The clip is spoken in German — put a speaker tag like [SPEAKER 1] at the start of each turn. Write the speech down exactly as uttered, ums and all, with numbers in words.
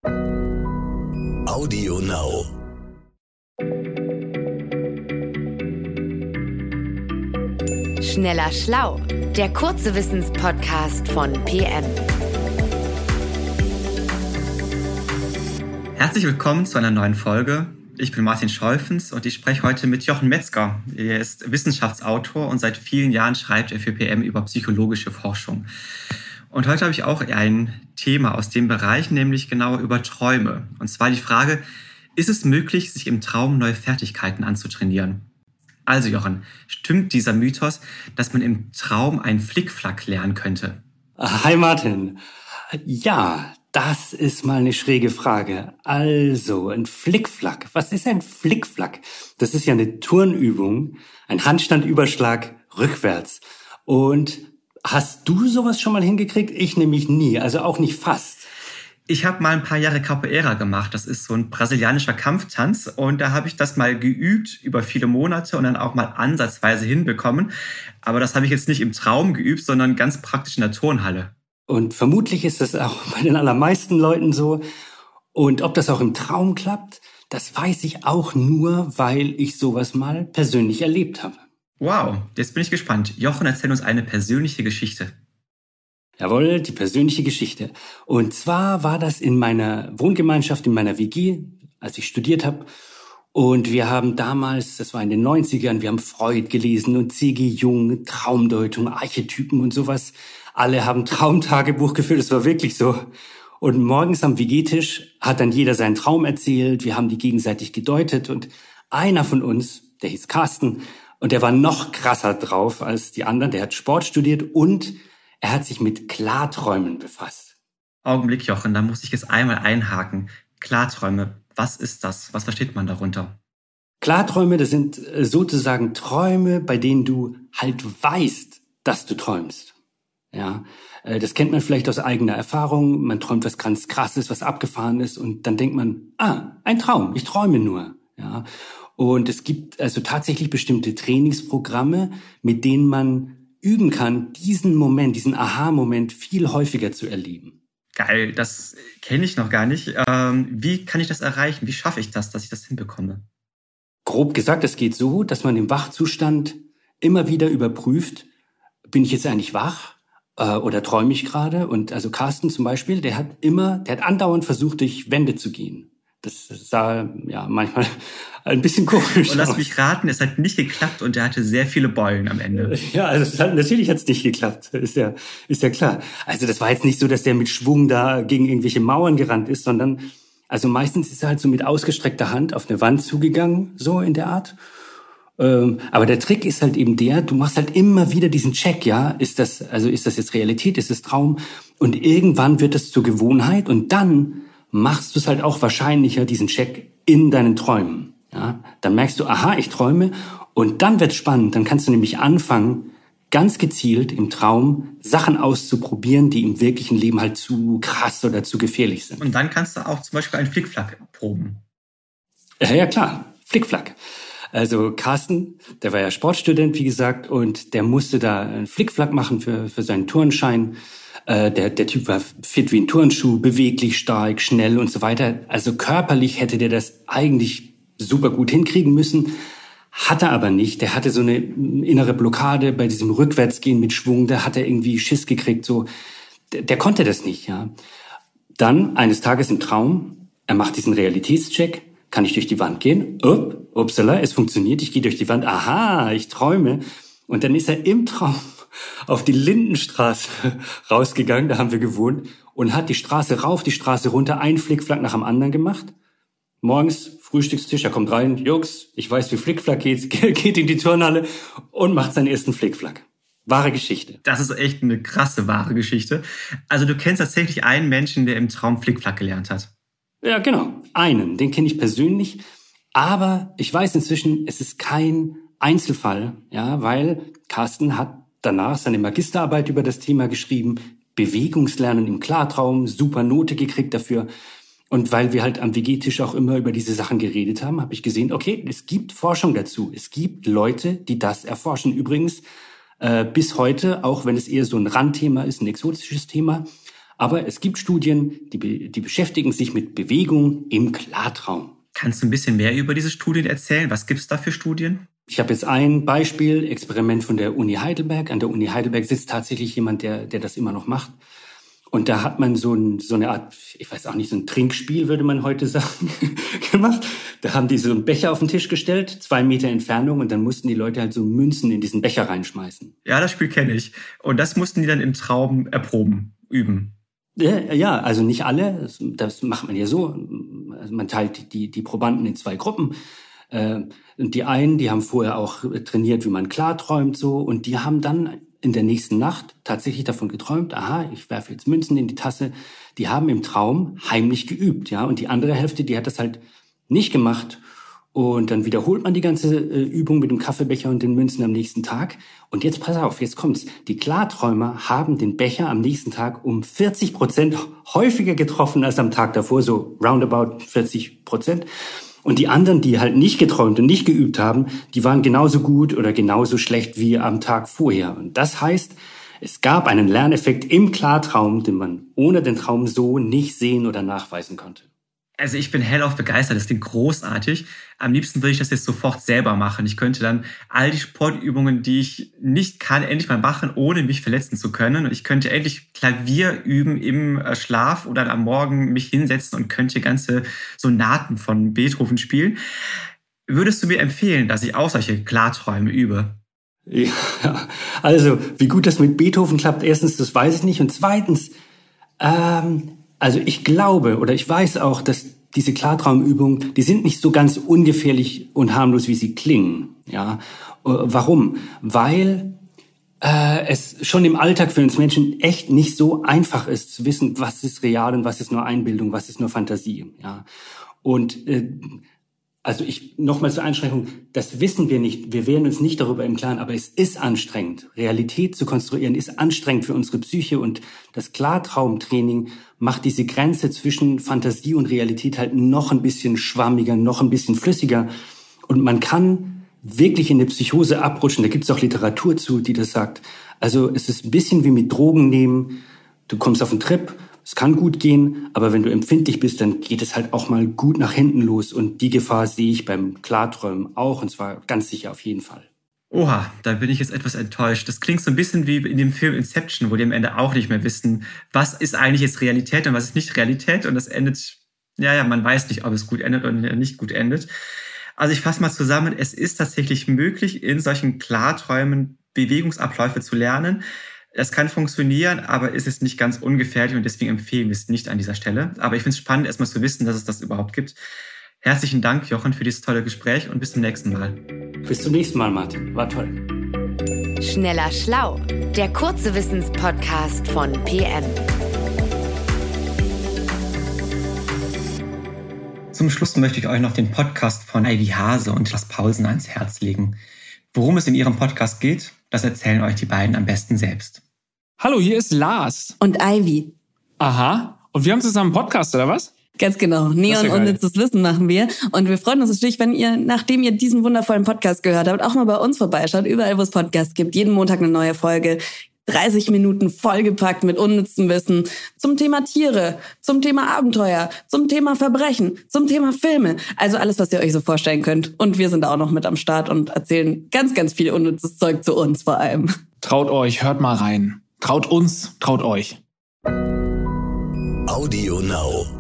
[SPEAKER 1] Audio Now.
[SPEAKER 2] Schneller Schlau, der kurze Wissenspodcast von P M.
[SPEAKER 3] Herzlich willkommen zu einer neuen Folge. Ich bin Martin Scholfens und ich spreche heute mit Jochen Metzger. Er ist Wissenschaftsautor und seit vielen Jahren schreibt er für P M über psychologische Forschung. Und heute habe ich auch ein Thema aus dem Bereich, nämlich genauer über Träume. Und zwar die Frage, ist es möglich, sich im Traum neue Fertigkeiten anzutrainieren? Also Jochen, stimmt dieser Mythos, dass man im Traum einen Flickflack lernen könnte?
[SPEAKER 4] Hi Martin. Ja, das ist mal eine schräge Frage. Also, ein Flickflack. Was ist ein Flickflack? Das ist ja eine Turnübung, ein Handstandüberschlag rückwärts. Und hast du sowas schon mal hingekriegt? Ich nämlich nie, also auch nicht fast.
[SPEAKER 3] Ich habe mal ein paar Jahre Capoeira gemacht. Das ist so ein brasilianischer Kampftanz. Und da habe ich das mal geübt über viele Monate und dann auch mal ansatzweise hinbekommen. Aber das habe ich jetzt nicht im Traum geübt, sondern ganz praktisch in der Turnhalle.
[SPEAKER 4] Und vermutlich ist das auch bei den allermeisten Leuten so. Und ob das auch im Traum klappt, das weiß ich auch nur, weil ich sowas mal persönlich erlebt habe.
[SPEAKER 3] Wow, jetzt bin ich gespannt. Jochen, erzähl uns eine persönliche Geschichte.
[SPEAKER 4] Jawohl, die persönliche Geschichte. Und zwar war das in meiner Wohngemeinschaft, in meiner W G, als ich studiert habe. Und wir haben damals, das war in den neunzigern, wir haben Freud gelesen und C G Jung, Traumdeutung, Archetypen und sowas. Alle haben Traumtagebuch geführt, es war wirklich so. Und morgens am W G-Tisch hat dann jeder seinen Traum erzählt. Wir haben die gegenseitig gedeutet. Und einer von uns, der hieß Carsten, und der war noch krasser drauf als die anderen. Der hat Sport studiert und er hat sich mit Klarträumen befasst.
[SPEAKER 3] Augenblick, Jochen, da muss ich jetzt einmal einhaken. Klarträume, was ist das? Was versteht man darunter?
[SPEAKER 4] Klarträume, das sind sozusagen Träume, bei denen du halt weißt, dass du träumst. Ja, das kennt man vielleicht aus eigener Erfahrung. Man träumt was ganz Krasses, was Abgefahrenes und dann denkt man, ah, ein Traum, ich träume nur. Ja, und es gibt also tatsächlich bestimmte Trainingsprogramme, mit denen man üben kann, diesen Moment, diesen Aha-Moment viel häufiger zu erleben.
[SPEAKER 3] Geil, das kenne ich noch gar nicht. Ähm, wie kann ich das erreichen? Wie schaffe ich das, dass ich das hinbekomme?
[SPEAKER 4] Grob gesagt, es geht so, dass man im Wachzustand immer wieder überprüft, bin ich jetzt eigentlich wach äh, oder träume ich gerade? Und also Carsten zum Beispiel, der hat immer, der hat andauernd versucht, durch Wände zu gehen. Das sah ja manchmal ein bisschen komisch aus.
[SPEAKER 3] Und lass mich raten, es hat nicht geklappt und er hatte sehr viele Beulen am Ende.
[SPEAKER 4] Ja, also es hat, natürlich hat es nicht geklappt, ist ja, ist ja klar. Also das war jetzt nicht so, dass der mit Schwung da gegen irgendwelche Mauern gerannt ist, sondern also meistens ist er halt so mit ausgestreckter Hand auf eine Wand zugegangen, so in der Art. Ähm, aber der Trick ist halt eben der, du machst halt immer wieder diesen Check, ja, ist das, also ist das jetzt Realität, ist das Traum? Und irgendwann wird das zur Gewohnheit und dann machst du es halt auch wahrscheinlicher, diesen Check in deinen Träumen. Ja, dann merkst du, aha, ich träume und dann wird's spannend. Dann kannst du nämlich anfangen, ganz gezielt im Traum Sachen auszuprobieren, die im wirklichen Leben halt zu krass oder zu gefährlich sind.
[SPEAKER 3] Und dann kannst du auch zum Beispiel einen Flickflack proben.
[SPEAKER 4] Ja, ja klar, Flickflack. Also Carsten, der war ja Sportstudent, wie gesagt, und der musste da einen Flickflack machen für, für seinen Turnschein. Der, der Typ war fit wie ein Turnschuh, beweglich, stark, schnell und so weiter. Also körperlich hätte der das eigentlich super gut hinkriegen müssen, hat er aber nicht. Der hatte so eine innere Blockade bei diesem Rückwärtsgehen mit Schwung, da hat er irgendwie Schiss gekriegt. So, der, der konnte das nicht. Ja. Dann eines Tages im Traum, er macht diesen Realitätscheck, kann ich durch die Wand gehen? Upp, upsala, es funktioniert, ich gehe durch die Wand. Aha, ich träume. Und dann ist er im Traum auf die Lindenstraße rausgegangen, da haben wir gewohnt, und hat die Straße rauf, die Straße runter, einen Flickflack nach dem anderen gemacht. Morgens, Frühstückstisch, er kommt rein, Jungs, ich weiß, wie Flickflack geht, geht in die Turnhalle und macht seinen ersten Flickflack. Wahre Geschichte.
[SPEAKER 3] Das ist echt eine krasse, wahre Geschichte. Also du kennst tatsächlich einen Menschen, der im Traum Flickflack gelernt hat.
[SPEAKER 4] Ja, genau, einen, den kenne ich persönlich, aber ich weiß inzwischen, es ist kein Einzelfall, ja, weil Carsten hat danach seine Magisterarbeit über das Thema geschrieben, Bewegungslernen im Klartraum, super Note gekriegt dafür. Und weil wir halt am W G-Tisch auch immer über diese Sachen geredet haben, habe ich gesehen, okay, es gibt Forschung dazu. Es gibt Leute, die das erforschen. Übrigens äh, bis heute, auch wenn es eher so ein Randthema ist, ein exotisches Thema, Aber es gibt Studien, die, die beschäftigen sich mit Bewegung im Klartraum.
[SPEAKER 3] Kannst du ein bisschen mehr über diese Studien erzählen? Was gibt es da für Studien?
[SPEAKER 4] Ich habe jetzt ein Beispiel, Experiment von der Uni Heidelberg. An der Uni Heidelberg sitzt tatsächlich jemand, der, der das immer noch macht. Und da hat man so, ein, so eine Art, ich weiß auch nicht, so ein Trinkspiel, würde man heute sagen, gemacht. Da haben die so einen Becher auf den Tisch gestellt, zwei Meter Entfernung, und dann mussten die Leute halt so Münzen in diesen Becher reinschmeißen.
[SPEAKER 3] Ja, das Spiel kenne ich. Und das mussten die dann im Traum erproben, üben.
[SPEAKER 4] Ja, also nicht alle. Das, das macht man ja so. Also man teilt die, die Probanden in zwei Gruppen. Und die einen, die haben vorher auch trainiert, wie man klarträumt, so. Und die haben dann in der nächsten Nacht tatsächlich davon geträumt, aha, ich werfe jetzt Münzen in die Tasse. Die haben im Traum heimlich geübt, ja. Und die andere Hälfte, die hat das halt nicht gemacht. Und dann wiederholt man die ganze äh, Übung mit dem Kaffeebecher und den Münzen am nächsten Tag. Und jetzt pass auf, jetzt kommt's. Die Klarträumer haben den Becher am nächsten Tag um vierzig Prozent häufiger getroffen als am Tag davor, so roundabout vierzig Prozent. Und die anderen, die halt nicht geträumt und nicht geübt haben, die waren genauso gut oder genauso schlecht wie am Tag vorher. Und das heißt, es gab einen Lerneffekt im Klartraum, den man ohne den Traum so nicht sehen oder nachweisen konnte.
[SPEAKER 3] Also ich bin hellauf begeistert, das klingt großartig. Am liebsten würde ich das jetzt sofort selber machen. Ich könnte dann all die Sportübungen, die ich nicht kann, endlich mal machen, ohne mich verletzen zu können. Und ich könnte endlich Klavier üben im Schlaf oder am Morgen mich hinsetzen und könnte ganze Sonaten von Beethoven spielen. Würdest du mir empfehlen, dass ich auch solche Klarträume übe?
[SPEAKER 4] Ja, also wie gut das mit Beethoven klappt, erstens, das weiß ich nicht. Und zweitens, ähm, also ich glaube oder ich weiß auch, dass diese Klartraumübungen, die sind nicht so ganz ungefährlich und harmlos, wie sie klingen. Ja, warum? Weil äh, es schon im Alltag für uns Menschen echt nicht so einfach ist zu wissen, was ist real und was ist nur Einbildung, was ist nur Fantasie. Ja, und äh, also ich nochmal zur Einschränkung, das wissen wir nicht, wir wären uns nicht darüber im Klaren, aber es ist anstrengend. Realität zu konstruieren ist anstrengend für unsere Psyche und das Klartraumtraining macht diese Grenze zwischen Fantasie und Realität halt noch ein bisschen schwammiger, noch ein bisschen flüssiger und man kann wirklich in eine Psychose abrutschen. Da gibt es auch Literatur zu, die das sagt. Also es ist ein bisschen wie mit Drogen nehmen, du kommst auf einen Trip, es kann gut gehen, aber wenn du empfindlich bist, dann geht es halt auch mal gut nach hinten los. Und die Gefahr sehe ich beim Klarträumen auch, und zwar ganz sicher auf jeden Fall.
[SPEAKER 3] Oha, da bin ich jetzt etwas enttäuscht. Das klingt so ein bisschen wie in dem Film Inception, wo die am Ende auch nicht mehr wissen, was ist eigentlich jetzt Realität und was ist nicht Realität. Und das endet, ja, ja, man weiß nicht, ob es gut endet oder nicht gut endet. Also ich fasse mal zusammen, es ist tatsächlich möglich, in solchen Klarträumen Bewegungsabläufe zu lernen. Das kann funktionieren, aber es ist nicht ganz ungefährlich und deswegen empfehlen wir es nicht an dieser Stelle. Aber ich finde es spannend, erstmal zu wissen, dass es das überhaupt gibt. Herzlichen Dank, Jochen, für dieses tolle Gespräch und bis zum nächsten Mal.
[SPEAKER 4] Bis zum nächsten Mal, Martin. War toll.
[SPEAKER 2] Schneller Schlau, der kurze Wissenspodcast von P M.
[SPEAKER 3] Zum Schluss möchte ich euch noch den Podcast von Ivy Hase und Lars Paulsen ans Herz legen. Worum es in ihrem Podcast geht, das erzählen euch die beiden am besten selbst.
[SPEAKER 1] Hallo, hier ist Lars.
[SPEAKER 5] Und Ivy.
[SPEAKER 1] Aha. Und wir haben zusammen einen Podcast, oder was?
[SPEAKER 5] Ganz genau. Neon
[SPEAKER 1] ja
[SPEAKER 5] unnützes Wissen machen wir. Und wir freuen uns natürlich, wenn ihr, nachdem ihr diesen wundervollen Podcast gehört habt, auch mal bei uns vorbeischaut. Überall, wo es Podcasts gibt. Jeden Montag eine neue Folge. dreißig Minuten vollgepackt mit unnützem Wissen zum Thema Tiere, zum Thema Abenteuer, zum Thema Verbrechen, zum Thema Filme. Also alles, was ihr euch so vorstellen könnt. Und wir sind da auch noch mit am Start und erzählen ganz, ganz viel unnützes Zeug zu uns vor allem.
[SPEAKER 1] Traut euch, hört mal rein. Traut uns, traut euch.
[SPEAKER 6] Audio Now.